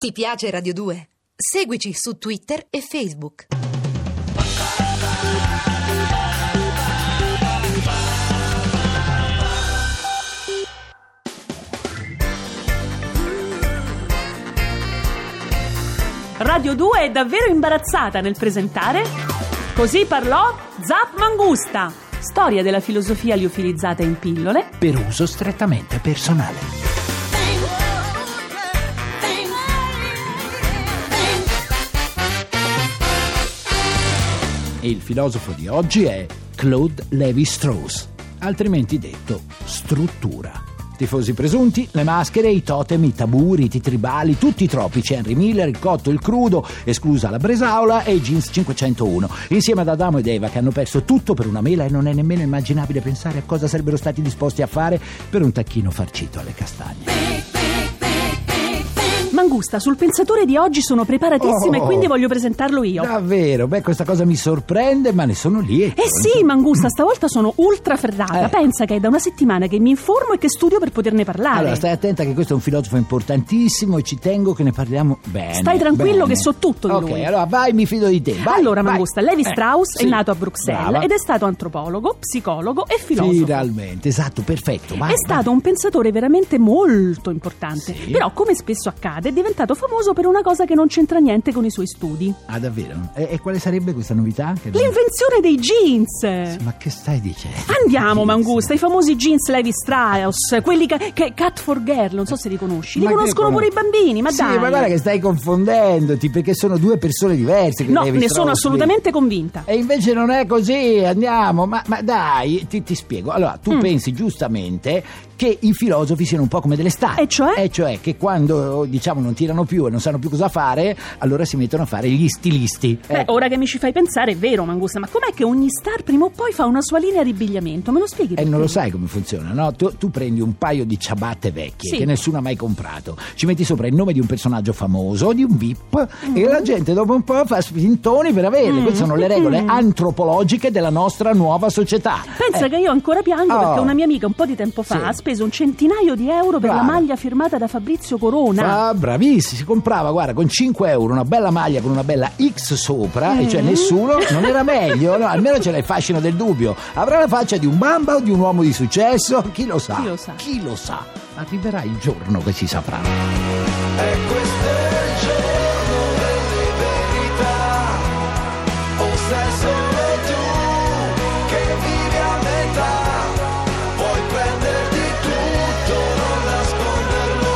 Ti piace Radio 2? Seguici su Twitter e Facebook. Radio 2 è davvero imbarazzata nel presentare Così parlò Zap Mangusta, storia della filosofia liofilizzata in pillole per uso strettamente personale. E il filosofo di oggi è Claude Lévi-Strauss, altrimenti detto struttura. Tifosi presunti, le maschere, i totem, i tabù, i riti tribali, tutti i tropici, Henry Miller, il cotto, il crudo, esclusa la bresaola e i jeans 501, insieme ad Adamo ed Eva che hanno perso tutto per una mela e non è nemmeno immaginabile pensare a cosa sarebbero stati disposti a fare per un tacchino farcito alle castagne. Mangusta, sul pensatore di oggi sono preparatissima e quindi voglio presentarlo io. Davvero? Beh, questa cosa mi sorprende, ma ne sono lieto. Sì, Mangusta, stavolta sono ultra ferrata. Pensa che è da una settimana che mi informo e che studio per poterne parlare. Allora, stai attenta che questo è un filosofo importantissimo e ci tengo che ne parliamo bene. Stai tranquillo che so tutto di lui. Ok, allora vai, mi fido di te. Vai, allora, vai. Mangusta, Lévi-Strauss è nato a Bruxelles. Brava. Ed è stato antropologo, psicologo e filosofo. Finalmente, esatto, perfetto. Vai, è stato un pensatore veramente molto importante. Sì. Però, come spesso accade, è diventato famoso per una cosa che non c'entra niente con i suoi studi. Ah, davvero? E quale sarebbe questa novità? L'invenzione dei jeans. Sì, ma che stai dicendo? Andiamo, Mangusta, i famosi jeans Lévi-Strauss, quelli che Cat for Girl, non so se li conosci. Li conoscono pure i bambini, ma dai. Sì, ma guarda che stai confondendoti, perché sono due persone diverse. No, ne sono assolutamente convinta. E invece non è così, andiamo. Ma dai, ti spiego. Allora, tu pensi giustamente che i filosofi siano un po' come delle statue. E cioè? E cioè che quando, diciamo, non tirano più e non sanno più cosa fare, allora si mettono a fare gli stilisti. Beh, ora che mi ci fai pensare è vero, Mangusta, ma com'è che ogni star prima o poi fa una sua linea di abbigliamento? Me lo spieghi? Non lo sai come funziona, no? Tu prendi un paio di ciabatte vecchie che nessuno ha mai comprato, ci metti sopra il nome di un personaggio famoso, di un VIP, e la gente dopo un po' fa spintoni per averle. Queste sono le regole antropologiche della nostra nuova società. Pensa che io ancora piango perché una mia amica un po' di tempo fa ha speso un centinaio di euro per la maglia firmata da Fabrizio Corona. Ah, bravissimo, si comprava, guarda, con 5 euro una bella maglia con una bella X sopra, e cioè nessuno, non era meglio? No, almeno c'era il fascino del dubbio. Avrà la faccia di un bamba o di un uomo di successo? Chi lo sa? Chi lo sa? Arriverà il giorno che si saprà. E questo è il giorno delle verità, o sei solo tu che vivi a metà, puoi prenderti tutto, non nasconderlo,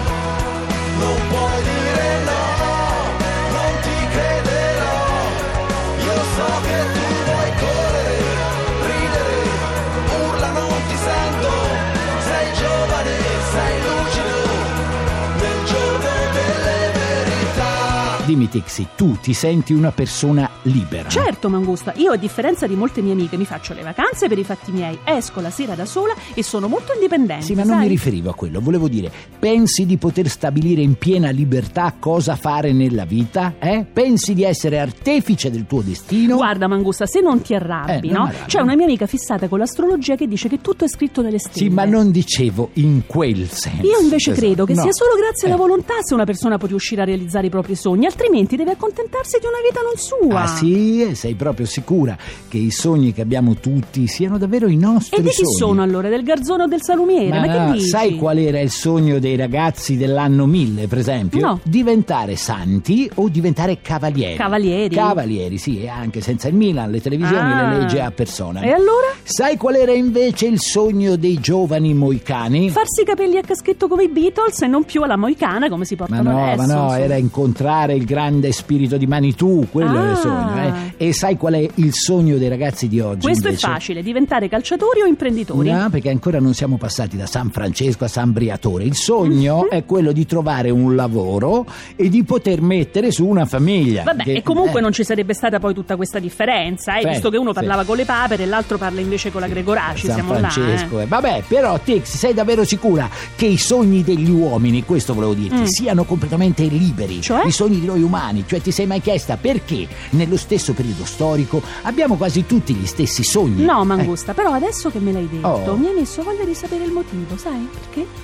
non puoi dire no, non ti crederò, io so che tu vuoi correre, ridere, urla non ti sento, sei giovane, sei lucido, nel giorno delle verità. Dimmi Tixi, tu ti senti una persona libera? Certo, Mangusta, io a differenza di molte mie amiche mi faccio le vacanze per i fatti miei, esco la sera da sola e sono molto indipendente. Sì, ma non mi riferivo a quello, volevo dire, pensi di poter stabilire in piena libertà cosa fare nella vita? Pensi di essere artefice del tuo destino? Guarda, Mangusta, se non ti arrabbi, no? C'è una mia amica fissata con l'astrologia che dice che tutto è scritto nelle stelle. Sì, ma non dicevo in quel senso. Io invece credo che sia solo grazie alla volontà se una persona può riuscire a realizzare i propri sogni, altrimenti deve accontentarsi di una vita non sua. Ah sì? Sei proprio sicura che i sogni che abbiamo tutti siano davvero i nostri sogni? E di chi sono allora? Del garzone o del salumiere? Ma che dici? Sai qual era il sogno dei ragazzi dell'anno 1000, per esempio? No. Diventare santi o diventare cavalieri. Cavalieri, sì, e anche senza il Milan, le televisioni le legge a persona. E allora? Sai qual era invece il sogno dei giovani moicani? Farsi i capelli a caschetto come i Beatles e non più alla moicana come si portano adesso. Ma no, era incontrare il grande spirito di Manitou, quello era il sogno. E sai qual è il sogno dei ragazzi di oggi? Questo invece? è facile, diventare calciatori o imprenditori. No, perché ancora non siamo passati da San Francesco a San Briatore. Il sogno è quello di trovare un lavoro e di poter mettere su una famiglia. Vabbè, e comunque non ci sarebbe stata poi tutta questa differenza, visto che uno parlava con le papere e l'altro parla invece con la Gregoraci. San siamo Francesco. là. Vabbè, però Tix, sei davvero sicura che i sogni degli uomini, questo volevo dirti, siano completamente liberi? Cioè? I sogni di noi umani. Cioè, ti sei mai chiesta perché nello stesso periodo storico abbiamo quasi tutti gli stessi sogni? No, Mangusta, però adesso che me l'hai detto mi hai messo voglia di sapere il motivo, sai? Perché? Uno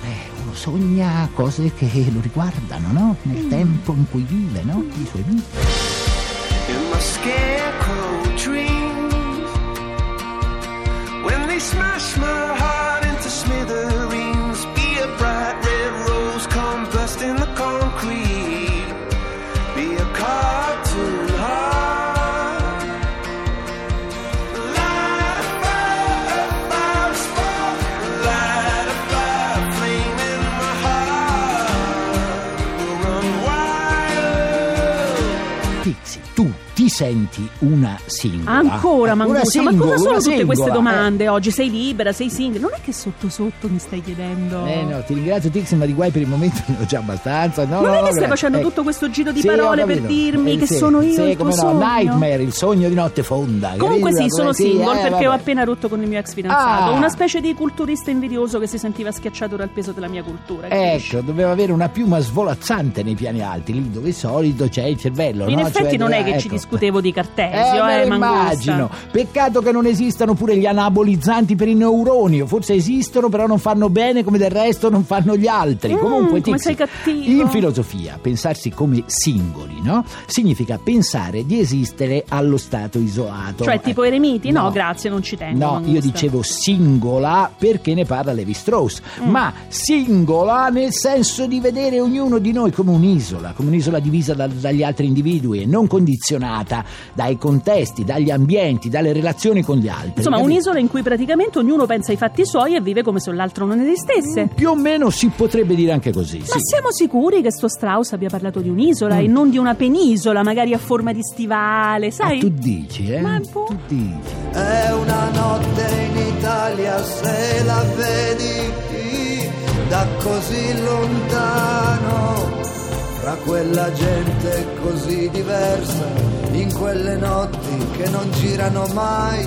sogna cose che lo riguardano, no? Nel tempo in cui vive, no? I suoi viti. In my scarecrow dreams, when they smash my heart into smithereens, be a bright red rose come bursting the concrete, be a cartoon heart, light a fire spark, light a fire flame in my heart, we'll run wild. Pixie, tu ti senti una singola? Ancora, Mangusta, ma cosa sono tutte queste singola? domande oggi? Sei libera, sei single? Non è che sotto sotto mi stai chiedendo? No, ti ringrazio Tixi, ma di guai per il momento ne ho già abbastanza. No, non è che stai grazie. facendo tutto questo giro di Sì, ho parole per capito. dirmi che Sì, sono io sì, il tuo come no, sogno? Nightmare, il sogno di notte fonda. Comunque capito? sì, sono Sì, single perché vabbè. ho appena rotto con il mio ex fidanzato. Ah. Una specie di culturista invidioso che si sentiva schiacciato dal peso della mia cultura. capisci? Ecco, doveva avere una piuma svolazzante nei piani alti, lì dove di solito c'è il cervello. In no? effetti Cioè, non è che ci ecco. discutevo di Cartesio, me lo Mangusta. immagino. Peccato che non esistano pure gli anabolizzanti per i neuroni, o forse esistono però non fanno bene come del resto non fanno gli altri. Comunque, come Tixi, sei cattivo. in filosofia pensarsi come singoli, no? Significa pensare di esistere allo stato isolato. Cioè tipo eremiti? No, No. grazie, non ci tengo. No, Mangusta. io dicevo singola perché ne parla Levi-Strauss, ma singola nel senso di vedere ognuno di noi come un'isola divisa dagli altri individui e non condizionata dai contesti, dagli ambienti, dalle relazioni con gli altri. Insomma, capito? un'isola in cui praticamente ognuno pensa ai fatti suoi e vive come se l'altro non esistesse. Più o meno si potrebbe dire anche così, Ma sì. siamo sicuri che sto Strauss abbia parlato di un'isola e non di una penisola, magari a forma di stivale, sai? Tu dici, Ma boh. Tu dici. È una notte in Italia se la vedi da così lontano, fra quella gente così diversa, in quelle notti che non girano mai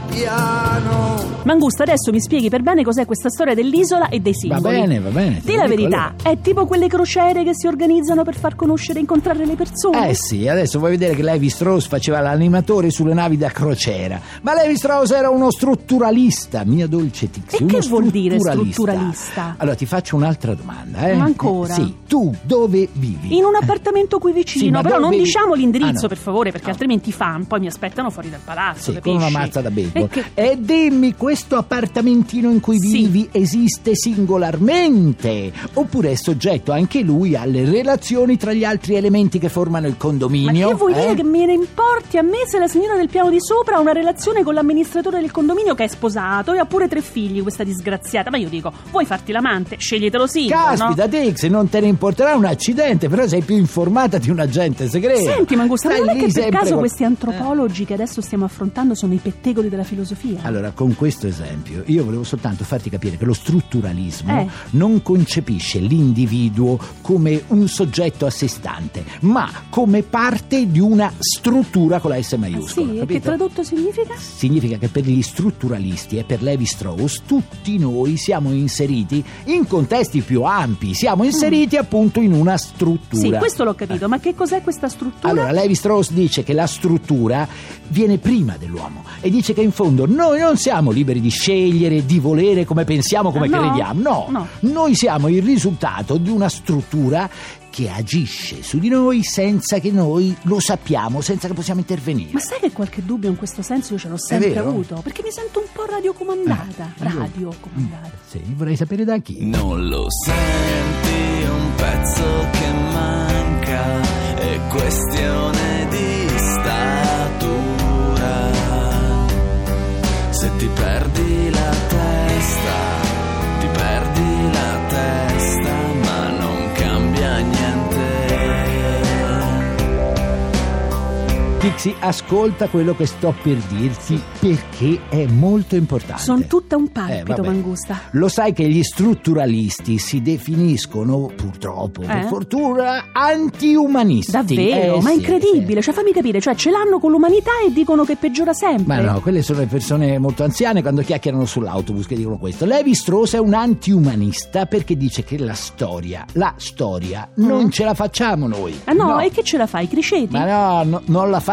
piano. Mangusta, adesso mi spieghi per bene cos'è questa storia dell'isola e dei singoli. Va bene. Dì la verità, è tipo quelle crociere che si organizzano per far conoscere e incontrare le persone? Sì, adesso vuoi vedere che Levi-Strauss faceva l'animatore sulle navi da crociera. Ma Levi-Strauss era uno strutturalista, mia dolce Tixi. E uno che vuol dire strutturalista? strutturalista? Allora ti faccio un'altra domanda. Ma ancora? Sì, tu dove vivi? In un appartamento qui Sì, vicino, ma però dove non vivi? diciamo l'indirizzo, Ah, no. per favore, perché No. altrimenti i fan poi mi aspettano fuori dal palazzo, Sì, capisci? con una mazza da baseball. E che- dimmi, questo appartamentino in cui Sì. vivi esiste singolarmente? Oppure è soggetto anche lui alle relazioni tra gli altri elementi che formano il Ma condominio? che vuoi dire che me ne importi a me se la signora del piano di sopra ha una relazione con l'amministratore del condominio che è sposato e ha pure 3 figli, questa disgraziata? Ma io dico, vuoi farti l'amante? Sceglietelo single, Caspita, no? Tix, non te ne importerà un accidente, però sei più informata di un agente segreto. Senti, Mangusta, ma Stai non è lì che per sempre caso con- questi antropologi che adesso stiamo affrontando sono i pettegoli della filosofia? Allora, con questo esempio, io volevo soltanto farti capire che lo strutturalismo Eh. non concepisce l'individuo come un soggetto a sé stante, ma come parte di una struttura con la S Ah, maiuscola. sì? E che capito? tradotto significa? Significa che per gli strutturalisti e per Levi-Strauss tutti noi siamo inseriti in contesti più ampi, siamo inseriti appunto in una struttura. Sì, questo l'ho capito, ma che cos'è questa struttura? Allora, Levi-Strauss dice che la struttura viene prima dell'uomo e dice che in fondo noi non siamo liberi di scegliere, di volere come pensiamo, come No, crediamo. no. Noi siamo il risultato di una struttura che agisce su di noi senza che noi lo sappiamo, senza che possiamo intervenire. Ma sai che qualche dubbio in questo senso io ce l'ho sempre vero? avuto? Perché mi sento un po' radiocomandata. Radiocomandata. Sì, vorrei sapere da chi. Non lo senti un pezzo che manca, è questione di statura. Se ti perdi la testa, ti perdi la testa, ma non cambia niente. Tixi, ascolta quello che sto per dirti perché è molto importante. Sono tutta un palpito, vabbè. Mangusta. Lo sai che gli strutturalisti si definiscono, purtroppo, per fortuna, antiumanisti. Davvero? Ma è sì, incredibile, sì. cioè fammi capire, cioè ce l'hanno con l'umanità e dicono che peggiora sempre. Ma no, quelle sono le persone molto anziane quando chiacchierano sull'autobus che dicono questo. Levi-Strauss è un antiumanista perché dice che la storia non ce la facciamo noi. Ah no, e che ce la fai, Criceti? Ma no, non la fa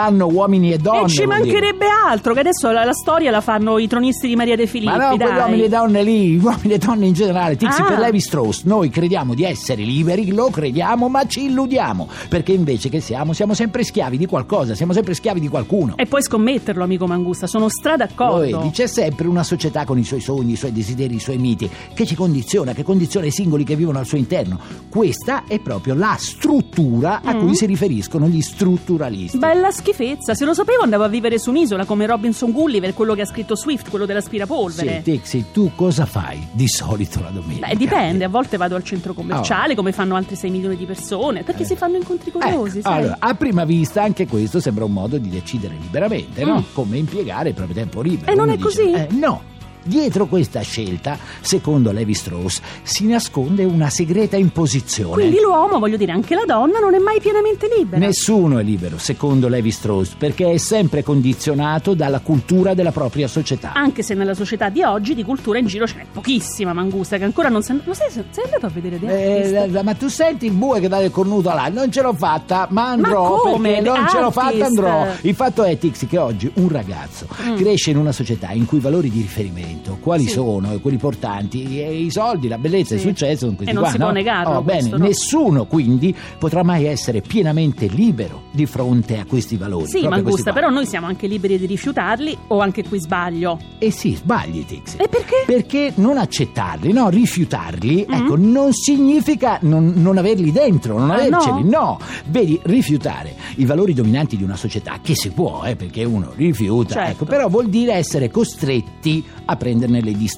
faranno uomini e donne. E ci vuol dire. mancherebbe altro, che adesso la storia la fanno i tronisti di Maria De Filippi. Ma no, dai. quegli uomini e donne lì, gli uomini e donne in generale. Tixi, Ah. per Levi Strauss noi crediamo di essere liberi, lo crediamo, ma ci illudiamo, perché invece che siamo sempre schiavi di qualcosa, siamo sempre schiavi di qualcuno. E puoi scommetterlo, amico Mangusta, sono Lo d'accordo. vedi, c'è sempre una società con i suoi sogni, i suoi desideri, i suoi miti, che ci condiziona, che condiziona i singoli che vivono al suo interno. Questa è proprio la struttura a cui si riferiscono gli strutturalisti. Bella schifezza, se lo sapevo andavo a vivere su un'isola come Robinson Gulliver, quello che ha scritto Swift, quello dell'aspirapolvere. Sì, Tixi, tu cosa fai di solito la domenica? Beh, dipende, a volte vado al centro commerciale, come fanno altri 6 milioni di persone, perché si fanno incontri curiosi, sai? Allora, a prima vista anche questo sembra un modo di decidere liberamente, no? Come impiegare il proprio tempo libero. E non Uno è dice, così? No. Dietro questa scelta, secondo Levi Strauss, si nasconde una segreta imposizione. Quindi l'uomo, voglio dire, anche la donna non è mai pienamente libera. Nessuno è libero, secondo Levi Strauss, perché è sempre condizionato dalla cultura della propria società. Anche se nella società di oggi di cultura in giro ce n'è pochissima, Mangusta, che ancora non sei... Lo sai, sei andato a vedere The Artist? Ma tu senti il bue che dà del cornuto là? Non ce l'ho fatta, ma andrò. Ma come? Perché non The ce l'ho Artist? fatta, andrò. Il fatto è, Tixi, che oggi un ragazzo cresce in una società in cui i valori di riferimento, quali sono, e quelli portanti, e i soldi, la bellezza, il successo sono questi E non qua, si no? può negarlo, Bene, questo, no? nessuno quindi potrà mai essere pienamente libero di fronte a questi valori. Sì, proprio Mangusta, questi qua. però noi siamo anche liberi di rifiutarli, o anche qui sbaglio? E sì, sbagli, Tixi. E perché? Perché non accettarli, no, rifiutarli, ecco, non significa non averli dentro, non averceli, no. Vedi, rifiutare i valori dominanti di una società, che si può, perché uno rifiuta, Certo. ecco, però vuol dire essere costretti a prenderne le distanze,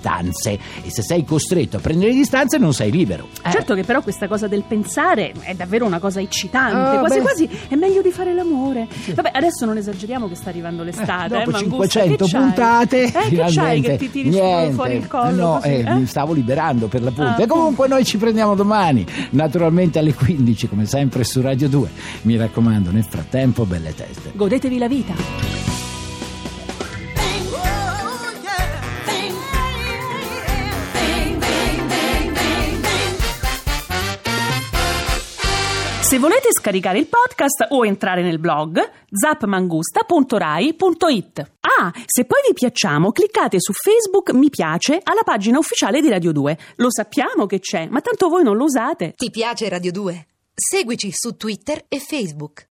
e se sei costretto a prendere le distanze non sei libero. Certo che però questa cosa del pensare è davvero una cosa eccitante, Ah, quasi beh. quasi è meglio di fare l'amore. Vabbè, adesso non esageriamo che sta arrivando l'estate, Dopo Mangusta, 500 che c'hai? puntate, Che c'hai finalmente che ti tiri niente. fuori il collo No, così, mi stavo liberando per l'appunto. Ah, E comunque noi ci prendiamo domani, naturalmente alle 15, come sempre su Radio 2. Mi raccomando, nel frattempo, belle teste. Godetevi la vita. Se volete scaricare il podcast o entrare nel blog zapmangusta.rai.it. Ah, se poi vi piacciamo, cliccate su Facebook mi piace alla pagina ufficiale di Radio 2. Lo sappiamo che c'è, ma tanto voi non lo usate. Ti piace Radio 2? Seguici su Twitter e Facebook.